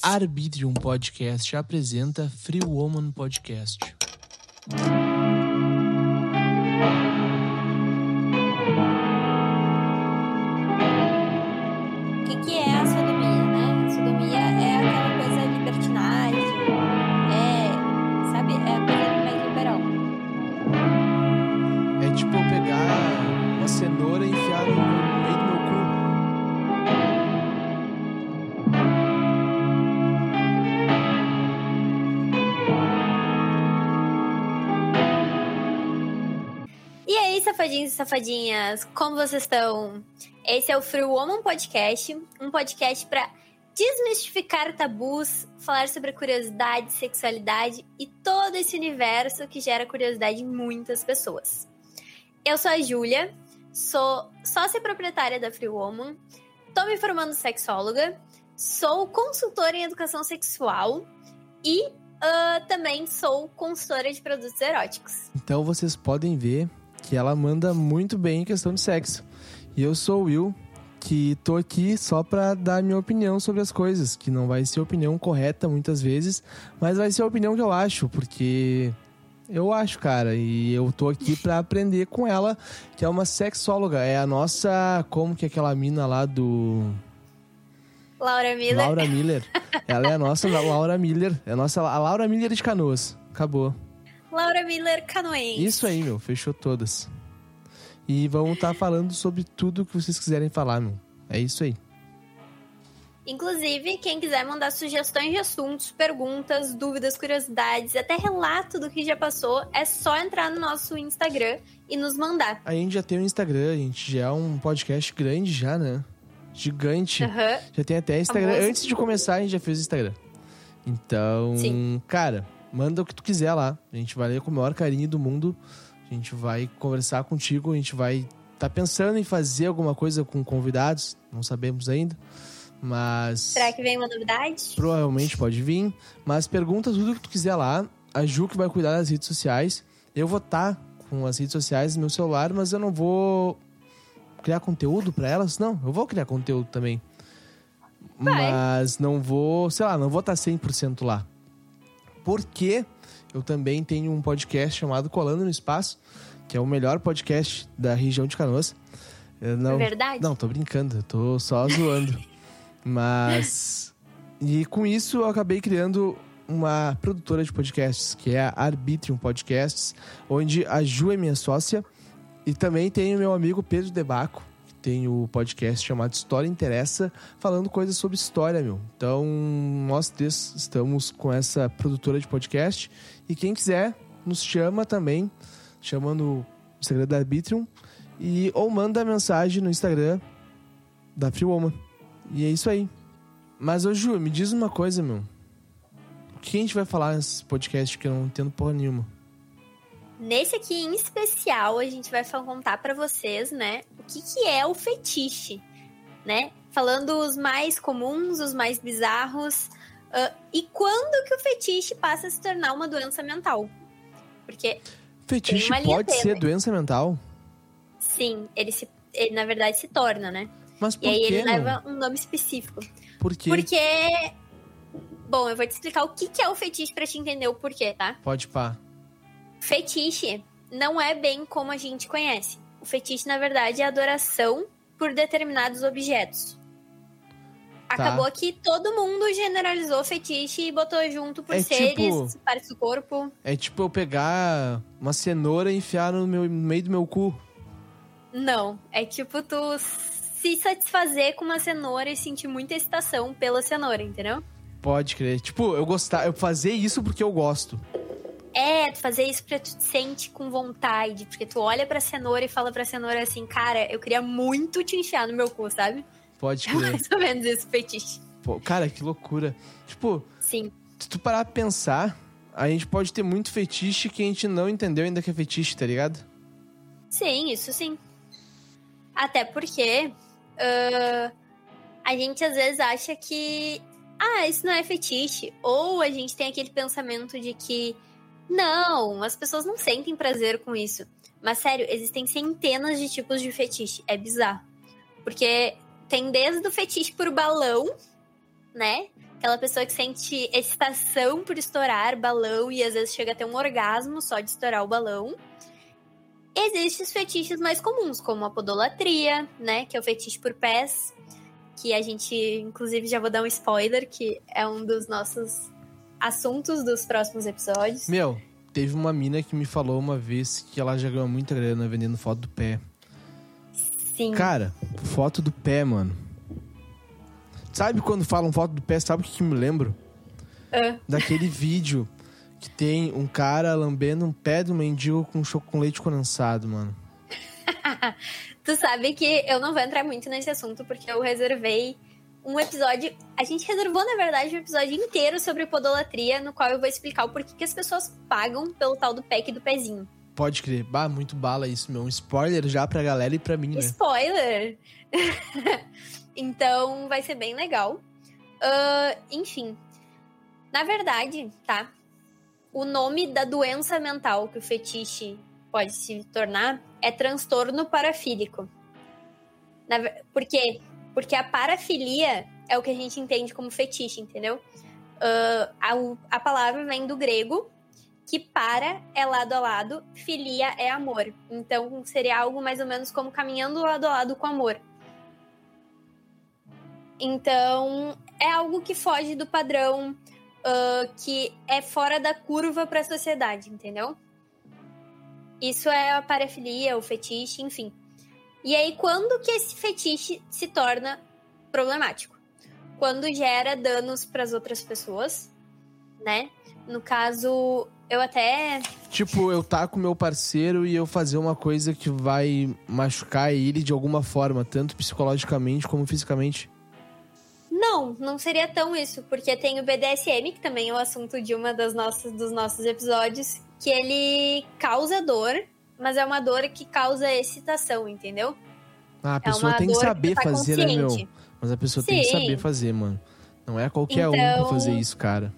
Arbitrium Podcast apresenta Free Woman Podcast. O que é a sodomia, né? A sodomia é aquela coisa libertinagem, sabe? É a coisa mais liberal. É tipo eu pegar uma cenoura e enfiar no meio do meu cu. E aí, safadinhos e safadinhas, como vocês estão? Esse é o Free Woman Podcast, um podcast para desmistificar tabus, falar sobre curiosidade, sexualidade e todo esse universo que gera curiosidade em muitas pessoas. Eu sou a Júlia, sou sócia proprietária da Free Woman, tô me formando sexóloga, sou consultora em educação sexual e também sou consultora de produtos eróticos. Então vocês podem ver que ela manda muito bem em questão de sexo. E eu sou o Will, que tô aqui só pra dar minha opinião sobre as coisas, que não vai ser a opinião correta muitas vezes, mas vai ser a opinião que eu acho, porque eu acho, cara, e eu tô aqui pra aprender com ela, que é uma sexóloga, é a nossa, como que é aquela mina lá do... Laura Miller. Laura Miller. Ela é a nossa Laura Miller, é a Laura Miller de Canoas. Acabou. Laura Miller Canoense. Isso aí, meu. Fechou todas. E vamos estar falando sobre tudo que vocês quiserem falar, meu. É isso aí. Inclusive, quem quiser mandar sugestões de assuntos, perguntas, dúvidas, curiosidades, até relato do que já passou, é só entrar no nosso Instagram e nos mandar. A gente já tem um Instagram, a gente já é um podcast grande já, né? Gigante. Uhum. Já tem até Instagram. Famoso. Antes de começar, a gente já fez o Instagram. Então, Sim. cara, manda o que tu quiser lá. A gente vai ler com o maior carinho do mundo. A gente vai conversar contigo. A gente vai tá pensando em fazer alguma coisa com convidados. Não sabemos ainda. Mas... Será que vem uma novidade? Provavelmente pode vir. Mas pergunta tudo que tu quiser lá. A Ju que vai cuidar das redes sociais. Eu vou estar com as redes sociais no meu celular, mas eu não vou criar conteúdo pra elas. Não, eu vou criar conteúdo também. Vai. Mas não vou, sei lá, não vou estar 100% lá. Porque eu também tenho um podcast chamado Colando no Espaço, que é o melhor podcast da região de Canoas. Não, É verdade? Não, tô brincando, eu tô só zoando. Mas... E com isso eu acabei criando uma produtora de podcasts, que é a Arbitrium Podcasts, onde a Ju é minha sócia. E também tenho meu amigo Pedro Debaco, que tem o podcast chamado História Interessa, falando coisas sobre história, meu. Então, nós três estamos com essa produtora de podcast. E quem quiser, nos chama também. Chama no Instagram da Arbitrium. Ou manda mensagem no Instagram da Free Woman. E é isso aí. Mas, ô Ju, me diz uma coisa, meu. O que a gente vai falar nesse podcast que eu não entendo porra nenhuma? Nesse aqui em especial, a gente vai contar pra vocês, né, o que é o fetiche, né? Falando os mais comuns, os mais bizarros, e quando que o fetiche passa a se tornar uma doença mental. Porque Fetiche tem uma linha pode ser tênue. doença mental? Sim, ele na verdade se torna, né? Mas por E aí quê, ele meu? leva um nome específico. Por quê? Porque... Bom, eu vou te explicar o que é o fetiche pra te entender o porquê, tá? Pode pá. Fetiche não é bem como a gente conhece. O fetiche, na verdade, é adoração por determinados objetos. Acabou que todo mundo generalizou fetiche e botou junto por É seres, tipo- partes do corpo. É tipo eu pegar uma cenoura e enfiar no meio do meu cu. Não, é tipo tu se satisfazer com uma cenoura e sentir muita excitação pela cenoura, entendeu? Pode crer. Tipo, eu fazer isso porque eu gosto. É, tu fazer isso porque tu te sente com vontade, porque tu olha pra cenoura e fala pra cenoura assim, cara, eu queria muito te enfiar no meu cu, sabe? Pode É crer. mais ou menos esse fetiche. Pô, cara, que loucura. Tipo, Sim. se tu parar pra pensar, a gente pode ter muito fetiche que a gente não entendeu ainda que é fetiche, tá ligado? Sim, isso sim. Até porque a gente às vezes acha que isso não é fetiche. Ou a gente tem aquele pensamento de que não, as pessoas não sentem prazer com isso. Mas sério, existem centenas de tipos de fetiche. É bizarro. Porque tem desde o fetiche por balão, né? Aquela pessoa que sente excitação por estourar balão e às vezes chega a ter um orgasmo só de estourar o balão. Existem os fetiches mais comuns, como a podolatria, né? Que é o fetiche por pés. Que a gente, inclusive, já vou dar um spoiler, que é um dos nossos assuntos dos próximos episódios. Meu, teve uma mina que me falou uma vez que ela já ganhou muita grana vendendo foto do pé. Sim. Cara, foto do pé, mano. Sabe quando falam foto do pé, sabe o que me lembro? Daquele vídeo que tem um cara lambendo um pé do mendigo com leite condensado, mano. Tu sabe que eu não vou entrar muito nesse assunto, porque eu reservei um episódio... A gente reservou, na verdade, um episódio inteiro sobre podolatria, no qual eu vou explicar o porquê que as pessoas pagam pelo tal do pack do pezinho. Pode crer. Bah, muito bala isso, meu. Um spoiler já pra galera e pra mim, né? Spoiler! Então, vai ser bem legal. Enfim. Na verdade, tá? O nome da doença mental que o fetiche pode se tornar é transtorno parafílico. Por quê? Porque a parafilia é o que a gente entende como fetiche, entendeu? A palavra vem do grego, que para é lado a lado, filia é amor. Então, seria algo mais ou menos como caminhando lado a lado com amor. Então, é algo que foge do padrão, que é fora da curva para a sociedade, entendeu? Isso é a parafilia, o fetiche, enfim. E aí, quando que esse fetiche se torna problemático? Quando gera danos para as outras pessoas, né? No caso, eu até... Tipo, eu tá com meu parceiro e eu fazer uma coisa que vai machucar ele de alguma forma, tanto psicologicamente como fisicamente. Não seria tão isso, porque tem o BDSM, que também é o assunto de uma dos nossos episódios, que ele causa dor, mas é uma dor que causa excitação, entendeu? A pessoa tem que saber fazer, né, meu? consciente. Mas a pessoa Sim. tem que saber fazer, mano. Não é qualquer um pra fazer isso, cara.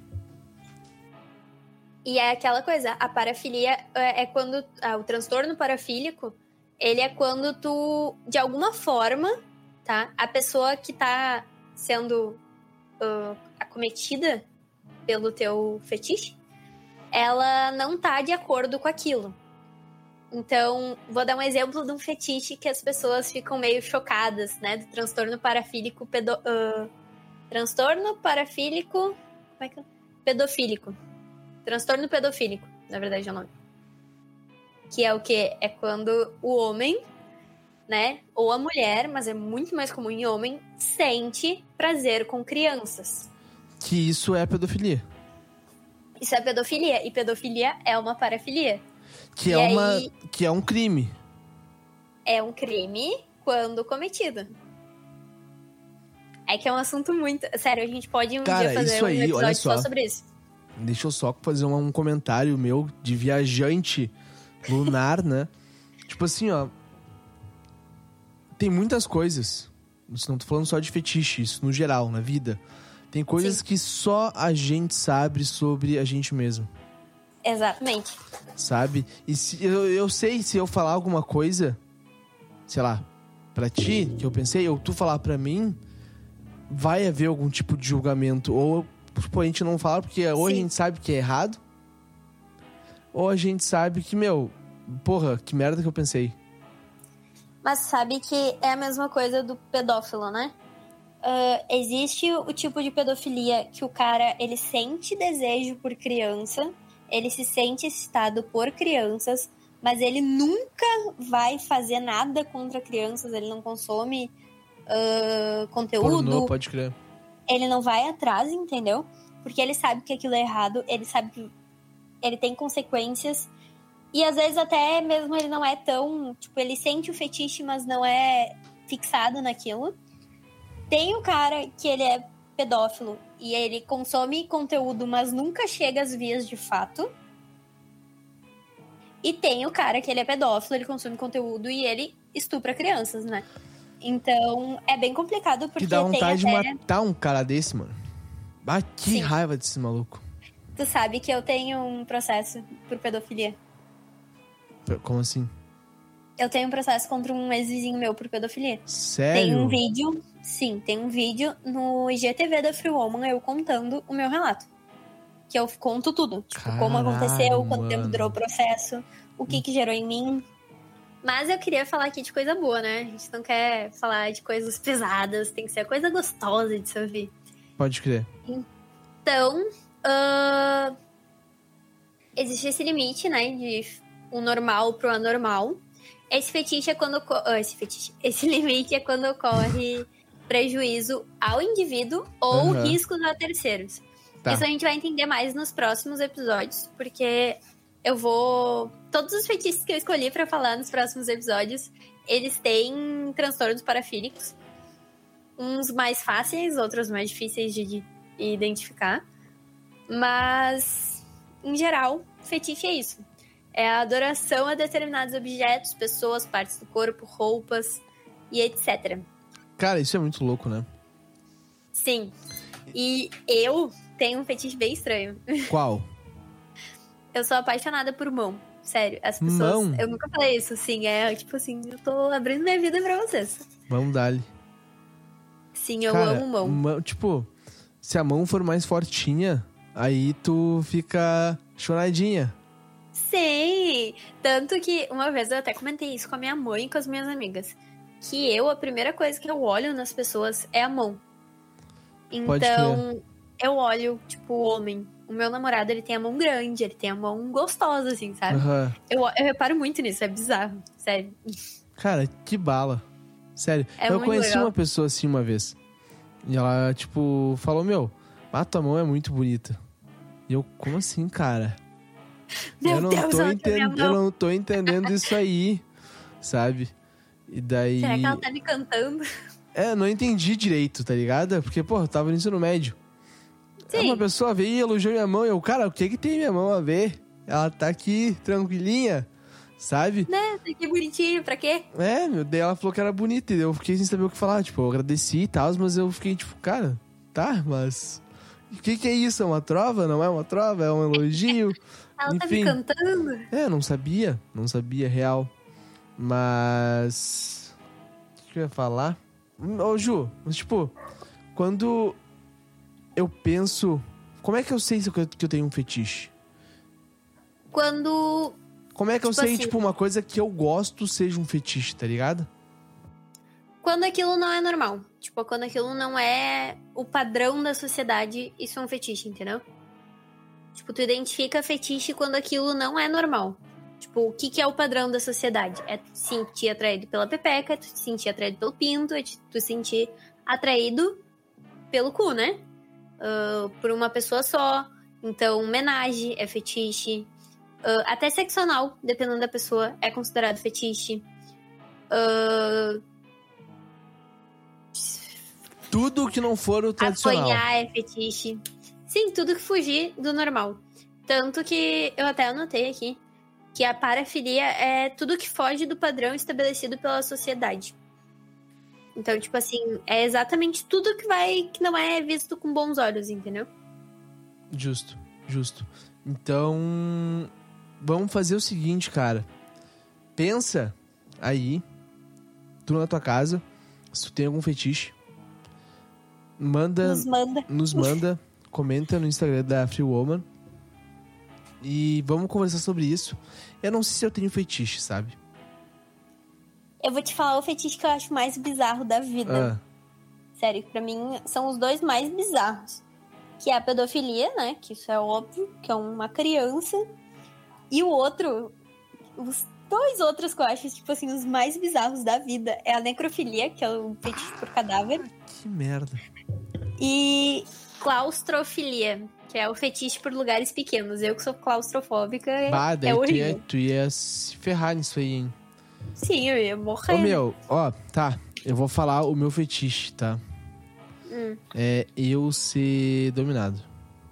E é aquela coisa, a parafilia é quando... o transtorno parafílico, ele é quando tu, de alguma forma, tá? A pessoa que tá sendo acometida pelo teu fetiche, ela não tá de acordo com aquilo. Então, vou dar um exemplo de um fetiche que as pessoas ficam meio chocadas, né? Do transtorno parafílico transtorno parafílico... Como é que é? Pedofílico. Transtorno pedofílico, na verdade é o nome. Que é o quê? É quando o homem, né? Ou a mulher, mas é muito mais comum em homem, sente prazer com crianças. Que isso é pedofilia. Isso é pedofilia. E pedofilia é uma parafilia. Que é um crime. É um crime quando cometido. É que é um assunto muito... Sério, a gente pode dia fazer isso aí, um olha episódio só. só sobre isso. Deixa eu só fazer um comentário meu de viajante lunar, né? Tipo assim, ó. Tem muitas coisas. Não tô falando só de fetiche, isso no geral, na vida. Tem coisas Sim. que só a gente sabe sobre a gente mesmo. Exatamente. Sabe? E eu sei, se eu falar alguma coisa, sei lá, pra ti, que eu pensei, ou tu falar pra mim, vai haver algum tipo de julgamento. Ou, tipo, a gente não fala porque ou a gente sabe que é errado, ou a gente sabe que, meu, porra, que merda que eu pensei. Mas sabe que é a mesma coisa do pedófilo, né? Existe o tipo de pedofilia que o cara, ele sente desejo por criança, ele se sente excitado por crianças, mas ele nunca vai fazer nada contra crianças, ele não consome conteúdo. Pornô, pode crer. Ele não vai atrás, entendeu? Porque ele sabe que aquilo é errado, ele sabe que ele tem consequências. E às vezes até mesmo ele não é tão... Tipo, ele sente o fetiche, mas não é fixado naquilo. Tem o cara que ele é pedófilo e ele consome conteúdo, mas nunca chega às vias de fato. E tem o cara que ele é pedófilo, ele consome conteúdo e ele estupra crianças, né? Então, é bem complicado porque Que dá vontade tem até... de matar um cara desse, mano. Ah, que Sim. raiva desse maluco. Tu sabe que eu tenho um processo por pedofilia. Como assim? Eu tenho um processo contra um ex-vizinho meu por pedofilia. Sério? Tem um vídeo, sim, tem um vídeo no IGTV da Free Woman eu contando o meu relato. Que eu conto tudo. Tipo, como aconteceu, quanto tempo durou o processo, o que gerou em mim. Mas eu queria falar aqui de coisa boa, né? A gente não quer falar de coisas pesadas, tem que ser coisa gostosa de se ouvir. Pode crer. Então, existe esse limite, né? De o normal pro anormal. Esse fetiche é quando... Esse limite é quando ocorre prejuízo ao indivíduo ou riscos a terceiros. Tá. Isso a gente vai entender mais nos próximos episódios, porque eu vou... Todos os fetiches que eu escolhi pra falar nos próximos episódios, eles têm transtornos parafílicos. Uns mais fáceis, outros mais difíceis de identificar. Mas, em geral, fetiche é isso. É a adoração a determinados objetos, pessoas, partes do corpo, roupas e etc. Cara, isso é muito louco, né? Sim. E eu tenho um fetiche bem estranho. Qual? Eu sou apaixonada por mão. Sério, as pessoas... Mão? Eu nunca falei isso, assim. É tipo assim, eu tô abrindo minha vida pra vocês. Vamos dar-lhe. Sim, eu Cara, amo mão. Tipo, se a mão for mais fortinha, aí tu fica choradinha. Sim! Tanto que uma vez eu até comentei isso com a minha mãe e com as minhas amigas. Que a primeira coisa que eu olho nas pessoas é a mão. Pode Então, eu olho, tipo, o homem. O meu namorado, ele tem a mão grande, ele tem a mão gostosa, assim, sabe? Aham. Eu reparo muito nisso, é bizarro, sério. Cara, que bala. Sério. É eu muito conheci legal. uma pessoa assim uma vez. E ela, tipo, falou, tua mão é muito bonita. E eu, como assim, cara? Meu Deus, ela quer minha mão. Eu não tô entendendo isso aí, sabe? E daí... Será que ela tá me cantando? Não entendi direito, tá ligado? Porque, pô, eu tava no ensino médio. Sim. Uma pessoa veio e elogiou minha mão. E eu, cara, o que tem minha mão a ver? Ela tá aqui, tranquilinha, sabe? Né? Que bonitinho, pra quê? Daí ela falou que era bonita. E eu fiquei sem saber o que falar. Tipo, eu agradeci e tal, mas eu fiquei tipo, cara, tá, mas... O que é isso? É uma trova? Não é uma trova? É um elogio? Ela tá me Enfim. cantando? Não sabia, real. Mas... O que eu ia falar? Ô, Ju, mas tipo, quando eu penso... Como é que eu sei que eu tenho um fetiche? Quando... Como é que eu sei, assim, tipo, uma coisa que eu gosto seja um fetiche, tá ligado? Quando aquilo não é normal. Tipo, quando aquilo não é o padrão da sociedade, isso é um fetiche, entendeu? Tipo, tu identifica fetiche quando aquilo não é normal. Tipo, o que é o padrão da sociedade? É tu se sentir atraído pela pepeca, é tu se sentir atraído pelo pinto, é tu se sentir atraído pelo cu, né? Por uma pessoa só. Então, homenagem é fetiche. Até sexo anal, dependendo da pessoa, é considerado fetiche. Tudo que não for o tradicional. Apanhar é fetiche. Sim, tudo que fugir do normal. Tanto que eu até anotei aqui que a parafilia é tudo que foge do padrão estabelecido pela sociedade. Então, tipo assim, é exatamente tudo que não é visto com bons olhos, entendeu? Justo. Então, vamos fazer o seguinte, cara. Pensa aí, tu na tua casa, se tu tem algum fetiche, nos manda, comenta no Instagram da Free Woman e vamos conversar sobre isso. Eu não sei se eu tenho fetiche, sabe? Eu vou te falar o fetiche que eu acho mais bizarro da vida. Sério, pra mim são os dois mais bizarros. Que é a pedofilia, né? Que isso é óbvio, que é uma criança. E o outro, os dois outros que eu acho, tipo assim, os mais bizarros da vida é a necrofilia, que é o fetiche por cadáver. Que merda. E claustrofilia, que é o fetiche por lugares pequenos. Eu que sou claustrofóbica, Daí é horrível. tu ia se ferrar nisso aí, hein? Sim, eu ia morrer. Eu vou falar o meu fetiche, tá? É eu ser dominado.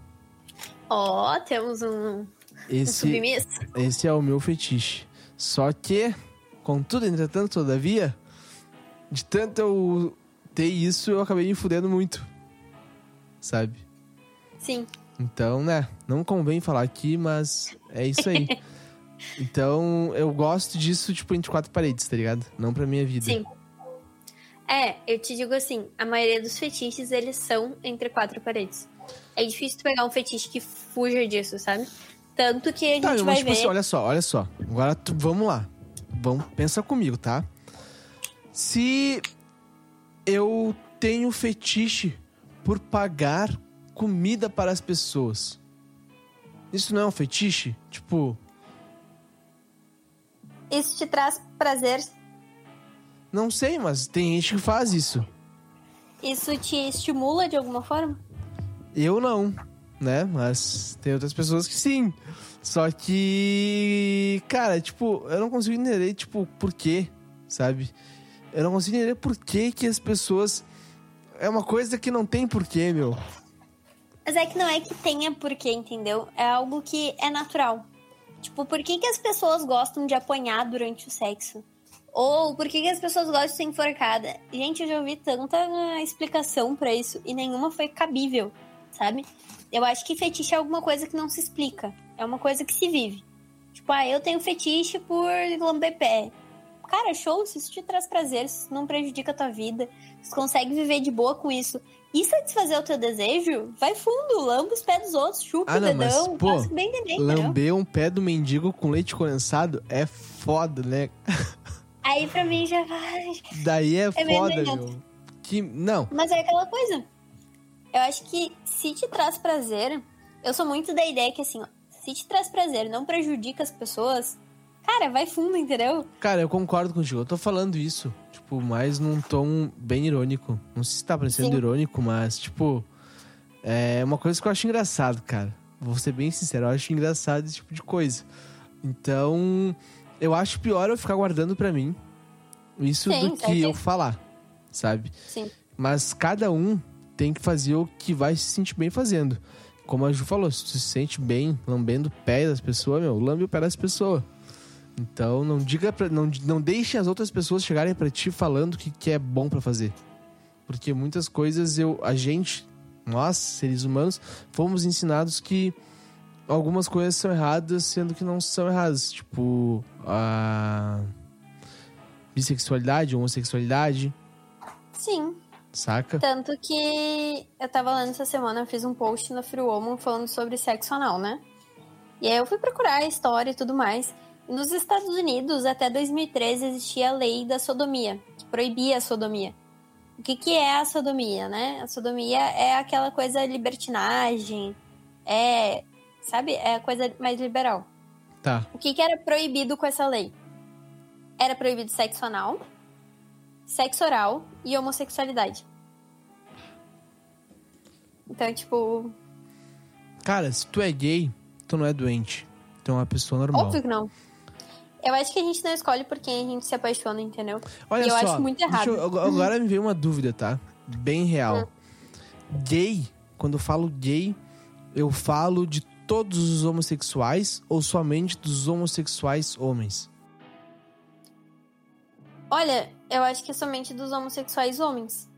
Temos um submisso. Esse é o meu fetiche. Só que, contudo, entretanto, todavia, de tanto eu ter isso, eu acabei me fudendo muito. Sabe? Sim. Então, né, não convém falar aqui, mas é isso aí. Então, eu gosto disso, tipo, entre quatro paredes, tá ligado? Não pra minha vida. Sim. Eu te digo assim, a maioria dos fetiches, eles são entre quatro paredes. É difícil tu pegar um fetiche que fuja disso, sabe? Tanto que a gente Tá, vai mas tipo ver... assim, olha só. Agora, vamos lá. Pensa comigo, tá? Se eu tenho fetiche por pagar comida para as pessoas, isso não é um fetiche? Tipo... Isso te traz prazer? Não sei, mas tem gente que faz isso. Isso te estimula de alguma forma? Eu não, né? Mas tem outras pessoas que sim. Só que... Cara, tipo, eu não consigo entender, tipo, por quê, sabe? Eu não consigo entender por que as pessoas... É uma coisa que não tem porquê, meu. Mas é que não é que tenha porquê, entendeu? É algo que é natural. Tipo, por que as pessoas gostam de apanhar durante o sexo? Ou por que as pessoas gostam de ser enforcada? Gente, eu já ouvi tanta explicação pra isso e nenhuma foi cabível, sabe? Eu acho que fetiche é alguma coisa que não se explica. É uma coisa que se vive. Tipo, eu tenho fetiche por lamber pé. Cara, show, se isso te traz prazer, se isso não prejudica a tua vida, se consegue viver de boa com isso e satisfazer o teu desejo, vai fundo, lamba os pés dos outros, chupa o dedão, mas, pô, faça bem entender, entendeu? lamber um pé do mendigo com leite condensado é foda, né? Aí pra mim já vai... Daí é meio foda, nojento. meu. Não. Mas é aquela coisa. Eu acho que se te traz prazer, eu sou muito da ideia que assim, ó, se te traz prazer, não prejudica as pessoas, cara, vai fundo, entendeu? Cara, eu concordo contigo. Eu tô falando isso, tipo, mais num tom bem irônico. Não sei se tá parecendo Sim. irônico, mas, tipo... É uma coisa que eu acho engraçado, cara. Vou ser bem sincero, eu acho engraçado esse tipo de coisa. Então, eu acho pior eu ficar guardando pra mim isso Sim, do que certeza. eu falar, sabe? Sim. Mas cada um tem que fazer o que vai se sentir bem fazendo. Como a Ju falou, se tu se sente bem lambendo o pé das pessoas, meu, lambe o pé das pessoas. Então, não deixe as outras pessoas chegarem pra ti falando o que é bom pra fazer. Porque muitas coisas nós, seres humanos, fomos ensinados que algumas coisas são erradas, sendo que não são erradas. Tipo, a bissexualidade, homossexualidade, Sim. saca? Tanto que eu tava lendo essa semana, eu fiz um post no Free Woman falando sobre sexo anal, né? E aí eu fui procurar a história e tudo mais. Nos Estados Unidos, até 2013, existia a lei da sodomia, que proibia a sodomia. O que é a sodomia, né? A sodomia é aquela coisa libertinagem, sabe? É a coisa mais liberal. Tá. O que era proibido com essa lei? Era proibido sexo anal, sexo oral e homossexualidade. Então, tipo... Cara, se tu é gay, tu não é doente. Tu é uma pessoa normal. Óbvio que não. Eu acho que a gente não escolhe por quem a gente se apaixona, entendeu? Olha e eu só, acho muito errado. agora me veio uma dúvida, tá? Bem real. Gay, quando eu falo gay, eu falo de todos os homossexuais ou somente dos homossexuais homens? Olha, eu acho que é somente dos homossexuais homens.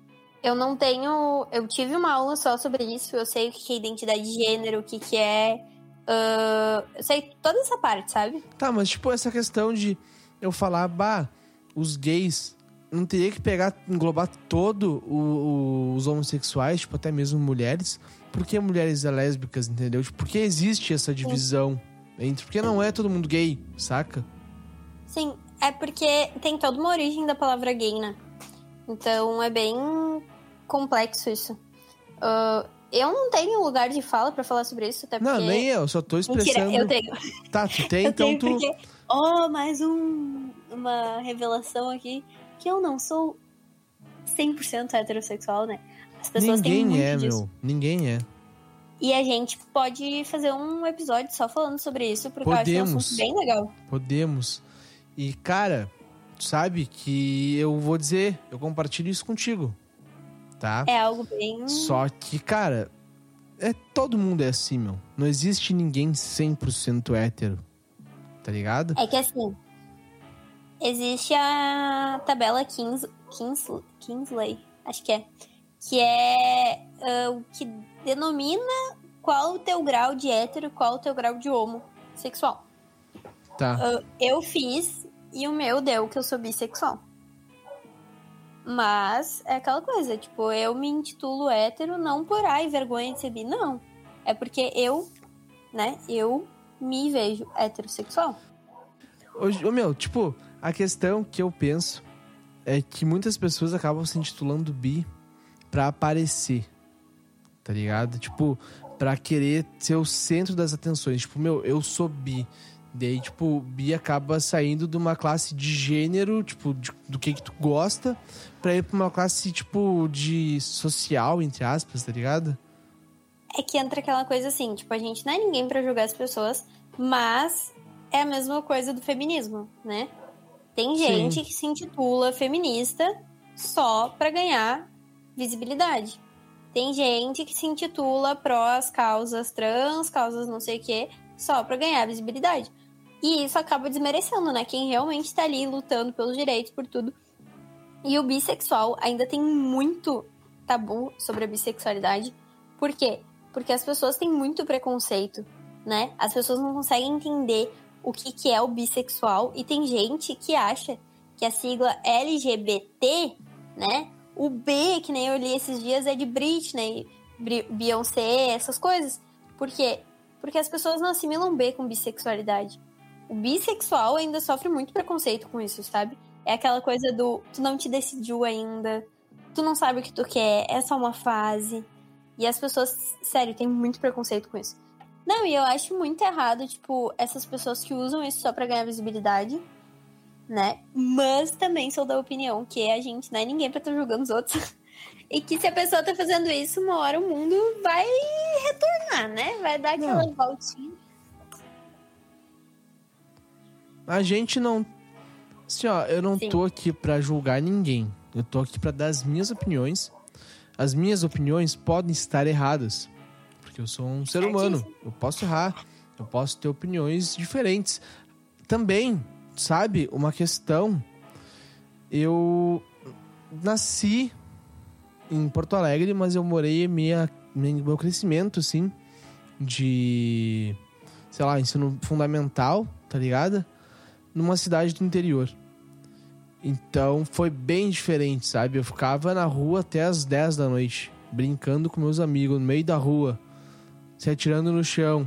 Eu tive uma aula só sobre isso, eu sei o que é identidade de gênero, o que é... eu sei toda essa parte, sabe? Tá, mas tipo, essa questão de eu falar, os gays, não teria que englobar os homossexuais, tipo, até mesmo mulheres? Por que mulheres lésbicas, entendeu? Tipo, por que existe essa divisão entre... Porque não é todo mundo gay, saca? Sim, é porque tem toda uma origem da palavra gay, né? Então é bem complexo isso. Eu não tenho lugar de fala pra falar sobre isso, até porque... Não, nem eu, só tô expressando... Mentira, eu tenho. Tá, tu tem, Eu então tenho tu... porque... mais uma revelação aqui, que eu não sou 100% heterossexual, né? As pessoas têm muito disso. Ninguém é. E a gente pode fazer um episódio só falando sobre isso, porque eu acho um assunto bem legal. Podemos. E, cara, tu sabe que eu vou dizer, eu compartilho isso contigo, tá? É algo bem... Só que, cara, todo mundo é assim, meu. Não existe ninguém 100% hétero, tá ligado? É que assim, existe a tabela Kingsley, acho que é o que denomina qual o teu grau de hétero e qual o teu grau de homossexual. Tá. Eu fiz e o meu deu que eu sou bissexual. Mas é aquela coisa, tipo, eu me intitulo hétero não por vergonha de ser bi, não. É porque eu me vejo heterossexual. Tipo, a questão que eu penso é que muitas pessoas acabam se intitulando bi pra aparecer, tá ligado? Tipo, pra querer ser o centro das atenções. Tipo, eu sou bi. Daí, tipo, bi acaba saindo de uma classe de gênero, tipo, do que tu gosta, pra ir pra uma classe, tipo, de social, entre aspas, tá ligado? É que entra aquela coisa assim, tipo, a gente não é ninguém pra julgar as pessoas, mas é a mesma coisa do feminismo, né? Tem gente Sim. que se intitula feminista só pra ganhar visibilidade. Tem gente que se intitula pró causas trans, causas não sei o quê, só pra ganhar visibilidade. E isso acaba desmerecendo, né? Quem realmente tá ali lutando pelos direitos, por tudo. E o bissexual ainda tem muito tabu sobre a bissexualidade. Por quê? Porque as pessoas têm muito preconceito, né? As pessoas não conseguem entender o que é o bissexual. E tem gente que acha que a sigla LGBT, né? O B, que nem eu li esses dias, é de Britney, Beyoncé, essas coisas. Por quê? Porque as pessoas não assimilam B com bissexualidade. O bissexual ainda sofre muito preconceito com isso, sabe? É aquela coisa do tu não te decidiu ainda, tu não sabe o que tu quer, é só uma fase. E as pessoas, sério, tem muito preconceito com isso. Não, e eu acho muito errado, tipo, essas pessoas que usam isso só pra ganhar visibilidade, né? Mas também sou da opinião que a gente não é ninguém pra estar julgando os outros. E que se a pessoa tá fazendo isso, uma hora o mundo vai retornar, né? Vai dar aquela voltinha. A gente não... Assim, ó, eu não tô aqui pra julgar ninguém. Eu tô aqui pra dar as minhas opiniões. As minhas opiniões podem estar erradas. Porque eu sou um ser humano. Eu posso errar. Eu posso ter opiniões diferentes. Também, sabe, uma questão... Eu nasci em Porto Alegre, mas eu morei meu crescimento, assim, de... sei lá, ensino fundamental, tá ligado? Numa cidade do interior. Então foi bem diferente, sabe? Eu ficava na rua até as 10 da noite, brincando com meus amigos no meio da rua, se atirando no chão,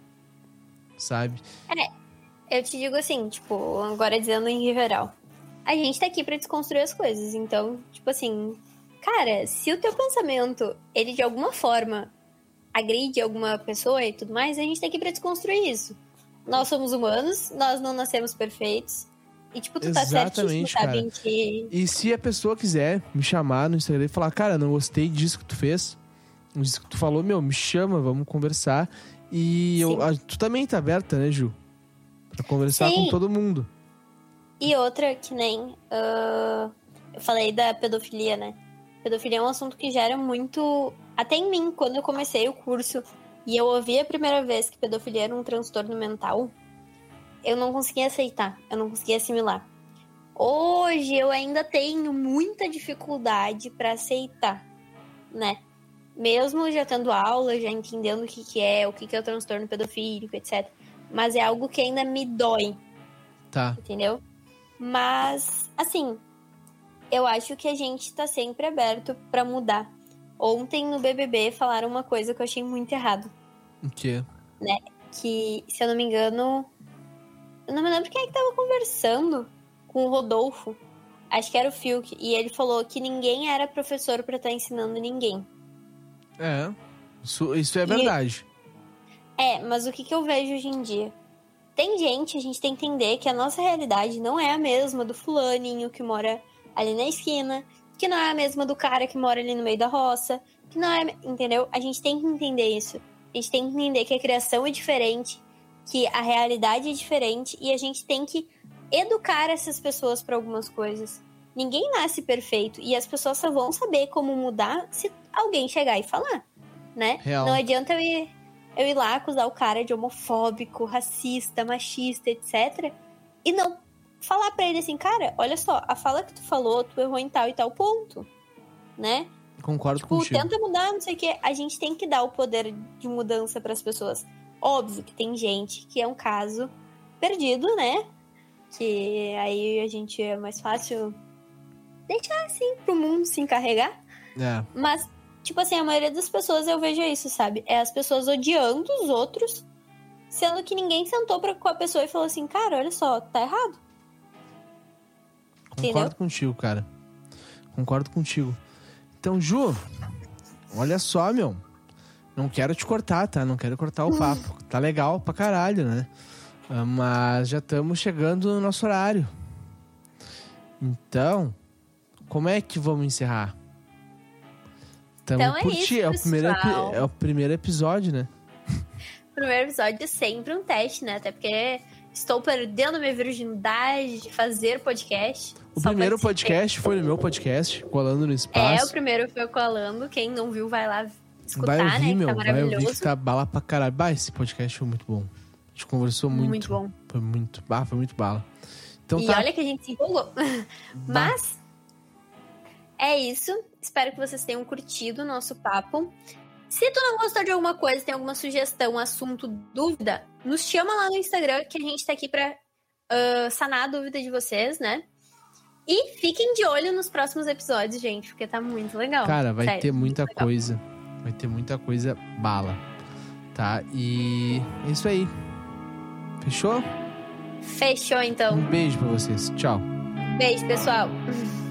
sabe? Eu te digo assim, tipo, agora dizendo em geral, a gente tá aqui pra desconstruir as coisas. Então, tipo assim, cara, se o teu pensamento, ele de alguma forma agride alguma pessoa e tudo mais, a gente tá aqui pra desconstruir isso. Nós somos humanos, nós não nascemos perfeitos. E, tipo, tu tá certíssimo, sabe? Em que... E se a pessoa quiser me chamar no Instagram e falar, cara, não gostei disso que tu fez, disso que tu falou, me chama, vamos conversar. E tu também tá aberta, né, Ju? Pra conversar com todo mundo. E outra, que nem... eu falei da pedofilia, né? Pedofilia é um assunto que gera muito... Até em mim, quando eu comecei o curso e eu ouvi a primeira vez que pedofilia era um transtorno mental, eu não conseguia aceitar, eu não conseguia assimilar. Hoje eu ainda tenho muita dificuldade pra aceitar, né? Mesmo já tendo aula, já entendendo o que é o transtorno pedofílico, etc. Mas é algo que ainda me dói. Tá. Entendeu? Mas, assim, eu acho que a gente tá sempre aberto pra mudar. Ontem no BBB falaram uma coisa que eu achei muito errado. O quê? Né? Que, se eu não me engano... Eu não me lembro quem é que tava conversando com o Rodolfo. Acho que era o Fiuk. E ele falou que ninguém era professor pra estar ensinando ninguém. Isso é verdade. Mas o que eu vejo hoje em dia? Tem gente, a gente tem que entender que a nossa realidade não é a mesma do fulaninho que mora ali na esquina, que não é a mesma do cara que mora ali no meio da roça, que não é... Entendeu? A gente tem que entender isso. A gente tem que entender que a criação é diferente, que a realidade é diferente e a gente tem que educar essas pessoas para algumas coisas. Ninguém nasce perfeito e as pessoas só vão saber como mudar se alguém chegar e falar, né? Real. Não adianta eu ir lá acusar o cara de homofóbico, racista, machista, etc. E não falar pra ele assim, cara, olha só, a fala que tu falou, tu errou em tal e tal ponto, né? Concordo contigo. Tenta mudar, não sei o quê. A gente tem que dar o poder de mudança pras pessoas. Óbvio que tem gente que é um caso perdido, né? Que aí a gente é mais fácil deixar assim pro mundo se encarregar. É. Mas, tipo assim, a maioria das pessoas eu vejo isso, sabe? É as pessoas odiando os outros, sendo que ninguém sentou com a pessoa e falou assim, cara, olha só, tá errado. Concordo Entendeu? contigo, cara. Concordo contigo. Então, Ju, olha só, meu. Não quero te cortar, tá? Não quero cortar o papo. Tá legal pra caralho, né? Mas já estamos chegando no nosso horário. Então, como é que vamos encerrar? Então é isso, pessoal. É o primeiro episódio, né? O primeiro episódio é sempre um teste, né? Até porque estou perdendo minha virgindade de fazer podcast. O primeiro podcast foi no meu podcast, Colando no Espaço. O primeiro foi o Colando. Quem não viu, vai lá escutar, vai ouvir, né? Meu, que tá maravilhoso. Vai ouvir que tá bala pra caralho. Bah, esse podcast foi muito bom. A gente conversou muito. Muito bom. Foi muito bala. Então, e olha que a gente se empolgou. Mas é isso. Espero que vocês tenham curtido o nosso papo. Se tu não gostou de alguma coisa, tem alguma sugestão, assunto, dúvida, nos chama lá no Instagram que a gente tá aqui pra sanar a dúvida de vocês, né? E fiquem de olho nos próximos episódios, gente, porque tá muito legal. Cara, vai Sério, ter muita legal. coisa. Vai ter muita coisa bala. Tá? E é isso aí. Fechou? Fechou, então. Um beijo pra vocês. Tchau. Beijo, pessoal.